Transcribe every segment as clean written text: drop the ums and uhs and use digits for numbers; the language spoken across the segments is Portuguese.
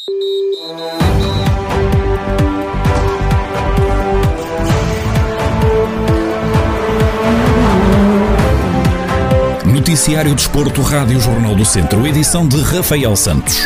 Noticiário Desporto, Rádio Jornal do Centro, edição de Rafael Santos.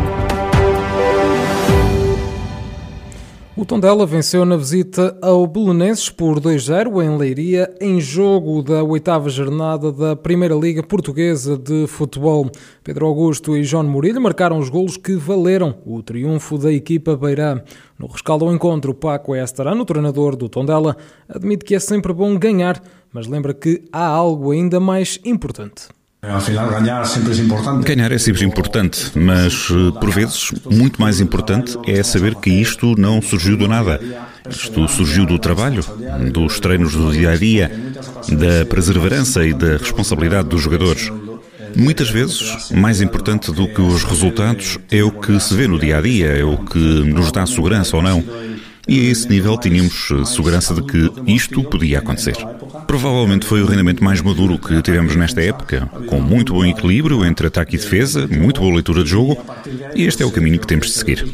O Tondela venceu na visita ao Belenenses por 2-0 em Leiria, em jogo da 8ª jornada da Primeira Liga Portuguesa de Futebol. Pedro Augusto e João Murilho marcaram os golos que valeram o triunfo da equipa beirã. No rescaldo ao encontro, Paco Estarano, o treinador do Tondela, admite que é sempre bom ganhar, mas lembra que há algo ainda mais importante. Afinal, ganhar sempre é importante. Ganhar é sempre importante, mas por vezes muito mais importante é saber que isto não surgiu do nada. Isto surgiu do trabalho, dos treinos do dia-a-dia, da perseverança e da responsabilidade dos jogadores. Muitas vezes, mais importante do que os resultados é o que se vê no dia-a-dia, é o que nos dá segurança ou não. E a esse nível tínhamos segurança de que isto podia acontecer. Provavelmente foi o rendimento mais maduro que tivemos nesta época, com muito bom equilíbrio entre ataque e defesa, muito boa leitura de jogo, e este é o caminho que temos de seguir.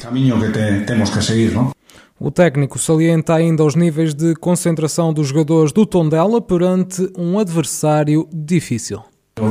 O técnico salienta ainda os níveis de concentração dos jogadores do Tondela perante um adversário difícil.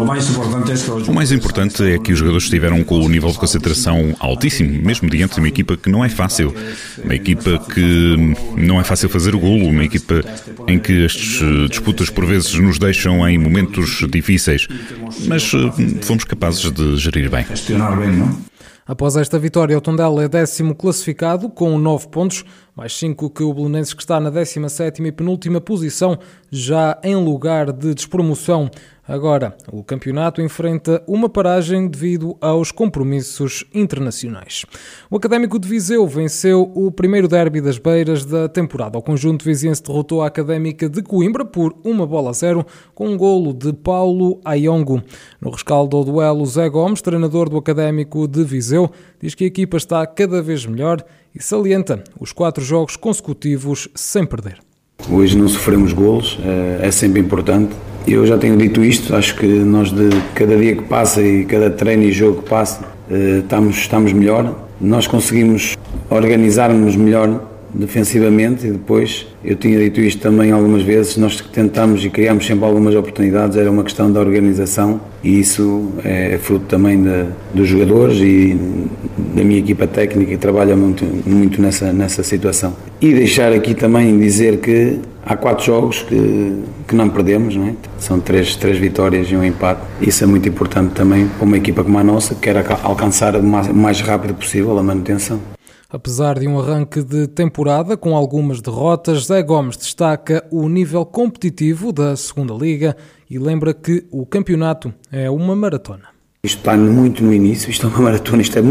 O mais importante é que os jogadores estiveram com o nível de concentração altíssimo, mesmo diante de uma equipa que não é fácil. Uma equipa que não é fácil fazer o golo, uma equipa em que as disputas por vezes nos deixam em momentos difíceis. Mas fomos capazes de gerir bem. Após esta vitória, o Tondela é 10º classificado com 9 pontos, mais 5 que o Belenenses, que está na 17ª e penúltima posição, já em lugar de despromoção. Agora, o campeonato enfrenta uma paragem devido aos compromissos internacionais. O Académico de Viseu venceu o primeiro derby das Beiras da temporada. O conjunto viziense derrotou a Académica de Coimbra por 1-0 com um golo de Paulo Ayongo. No rescaldo ao duelo, Zé Gomes, treinador do Académico de Viseu, diz que a equipa está cada vez melhor e salienta os 4 jogos consecutivos sem perder. Hoje não sofremos golos, é sempre importante. Eu já tenho dito isto, acho que nós de cada dia que passa e cada treino e jogo que passa estamos melhor. Nós conseguimos organizar-nos melhor defensivamente e depois, eu tinha dito isto também algumas vezes, nós tentamos e criamos sempre algumas oportunidades, era uma questão da organização e isso é fruto também dos jogadores e da minha equipa técnica que trabalha muito nessa situação. E deixar aqui também dizer que há 4 jogos que não perdemos, não é? São 3 vitórias e um empate. Isso é muito importante também para uma equipa como a nossa, que quer alcançar o mais rápido possível a manutenção. Apesar de um arranque de temporada com algumas derrotas, Zé Gomes destaca o nível competitivo da Segunda Liga e lembra que o campeonato é uma maratona. Isto está muito no início, isto é uma maratona, isto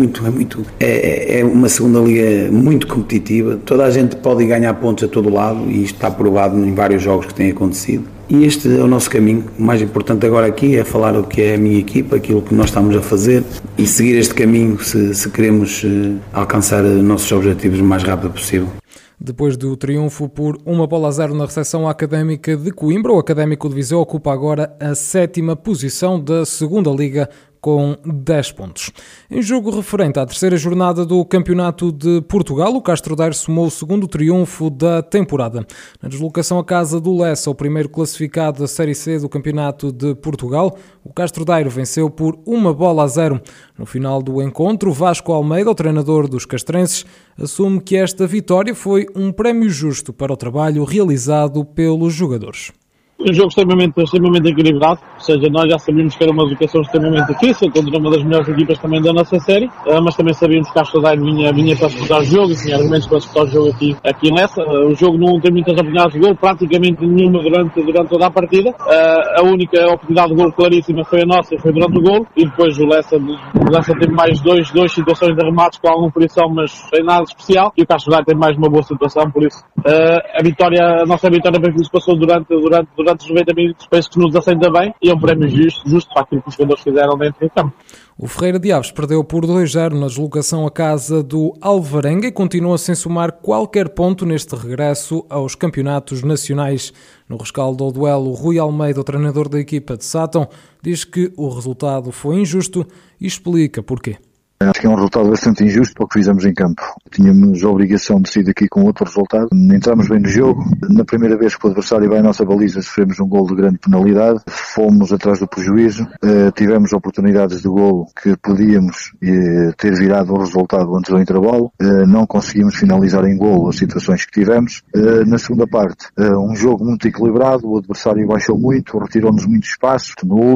é uma segunda liga muito competitiva, toda a gente pode ganhar pontos a todo lado e isto está provado em vários jogos que têm acontecido. E este é o nosso caminho. O mais importante agora aqui é falar o que é a minha equipa, aquilo que nós estamos a fazer e seguir este caminho se queremos alcançar os nossos objetivos o mais rápido possível. Depois do triunfo por 1-0 na recepção à Académica de Coimbra, o Académico de Viseu ocupa agora a 7ª posição da Segunda Liga com 10 pontos. Em jogo referente à 3ª jornada do Campeonato de Portugal, o Castro Daire somou o 2º triunfo da temporada. Na deslocação à casa do Lessa, o primeiro classificado da Série C do Campeonato de Portugal, o Castro Daire venceu por 1-0. No final do encontro, Vasco Almeida, o treinador dos castrenses, assume que esta vitória foi um prémio justo para o trabalho realizado pelos jogadores. Um jogo extremamente equilibrado, ou seja, nós já sabíamos que era uma deslocação extremamente difícil, contra uma das melhores equipas também da nossa série, mas também sabíamos que o Castro Daire vinha para disputar o jogo, tinha argumentos para disputar o jogo aqui em Lessa. O jogo não tem muitas oportunidades de gol, praticamente nenhuma durante toda a partida. A única oportunidade de gol claríssima foi a nossa e foi durante o gol, e depois o Lessa teve mais duas situações de remates com alguma punição, mas sem nada especial, e o Castro Daire tem mais uma boa situação, por isso a nossa vitória para que se passou durante os 90 minutos, penso que nos aceita bem e é um prémio justo para aquilo que os jogadores fizeram dentro do campo. O Ferreira de Aves perdeu por 2-0 na deslocação à casa do Alvarenga e continua sem somar qualquer ponto neste regresso aos campeonatos nacionais. No rescaldo ao duelo, Rui Almeida, o treinador da equipa de Sátão, diz que o resultado foi injusto e explica porquê. Acho que é um resultado bastante injusto para o que fizemos em campo. Tínhamos a obrigação de sair daqui com outro resultado. Entramos bem no jogo. Na primeira vez que o adversário vai à nossa baliza, sofremos um gol de grande penalidade. Fomos atrás do prejuízo. Tivemos oportunidades de golo que podíamos ter virado o resultado antes do intervalo. Não conseguimos finalizar em golo as situações que tivemos. Na segunda parte, um jogo muito equilibrado. O adversário baixou muito, retirou-nos muito espaço.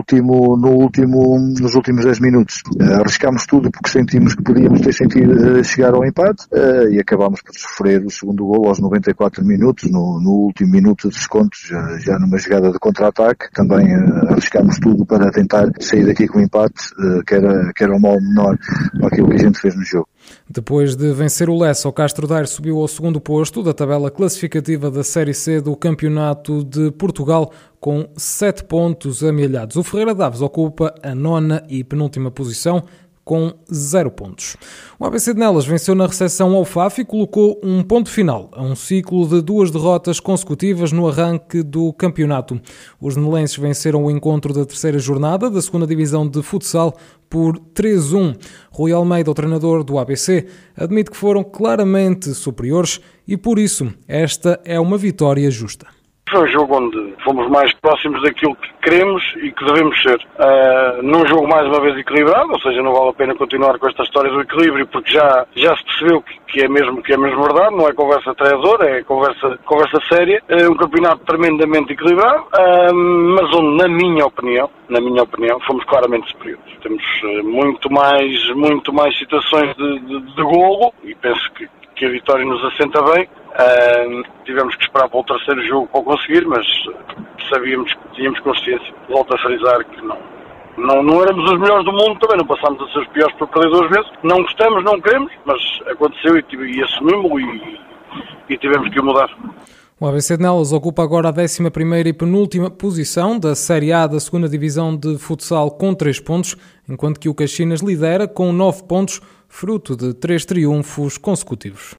Nos últimos 10 minutos, arriscámos tudo porque sentimos que podíamos ter sentido chegar ao empate e acabámos por sofrer o segundo golo aos 94 minutos, no último minuto de desconto, já numa jogada de contra-ataque. Também arriscámos tudo para tentar sair daqui com o empate, que era um mal menor para aquilo que a gente fez no jogo. Depois de vencer o Lessa, o Castro Daire subiu ao segundo posto da tabela classificativa da Série C do Campeonato de Portugal com 7 pontos amealhados. O Ferreira Daves ocupa a 9ª e penúltima posição com 0 pontos. O ABC de Nelas venceu na recepção ao FAF e colocou um ponto final a um ciclo de 2 derrotas consecutivas no arranque do campeonato. Os nelenses venceram o encontro da 3ª jornada da 2ª Divisão de Futsal por 3-1. Rui Almeida, o treinador do ABC, admite que foram claramente superiores e, por isso, esta é uma vitória justa. Foi um jogo onde fomos mais próximos daquilo que queremos e que devemos ser. Num jogo mais uma vez equilibrado, ou seja, não vale a pena continuar com esta história do equilíbrio, porque já se percebeu que é mesmo verdade, não é conversa treinadora, é conversa séria. É um campeonato tremendamente equilibrado, mas onde, na minha opinião, fomos claramente superiores. Temos muito mais situações de golo e penso que a vitória nos assenta bem. Tivemos que esperar para o terceiro jogo para o conseguir, mas sabíamos que tínhamos consciência. Volto a frisar que não éramos os melhores do mundo, também não passámos a ser os piores por perder 2 vezes. Não gostamos, não queremos, mas aconteceu e assumimos e tivemos que o mudar. O ABC de Nelas ocupa agora a 11ª e penúltima posição da Série A da 2ª Divisão de Futsal com 3 pontos, enquanto que o Caxinas lidera com 9 pontos, fruto de 3 triunfos consecutivos.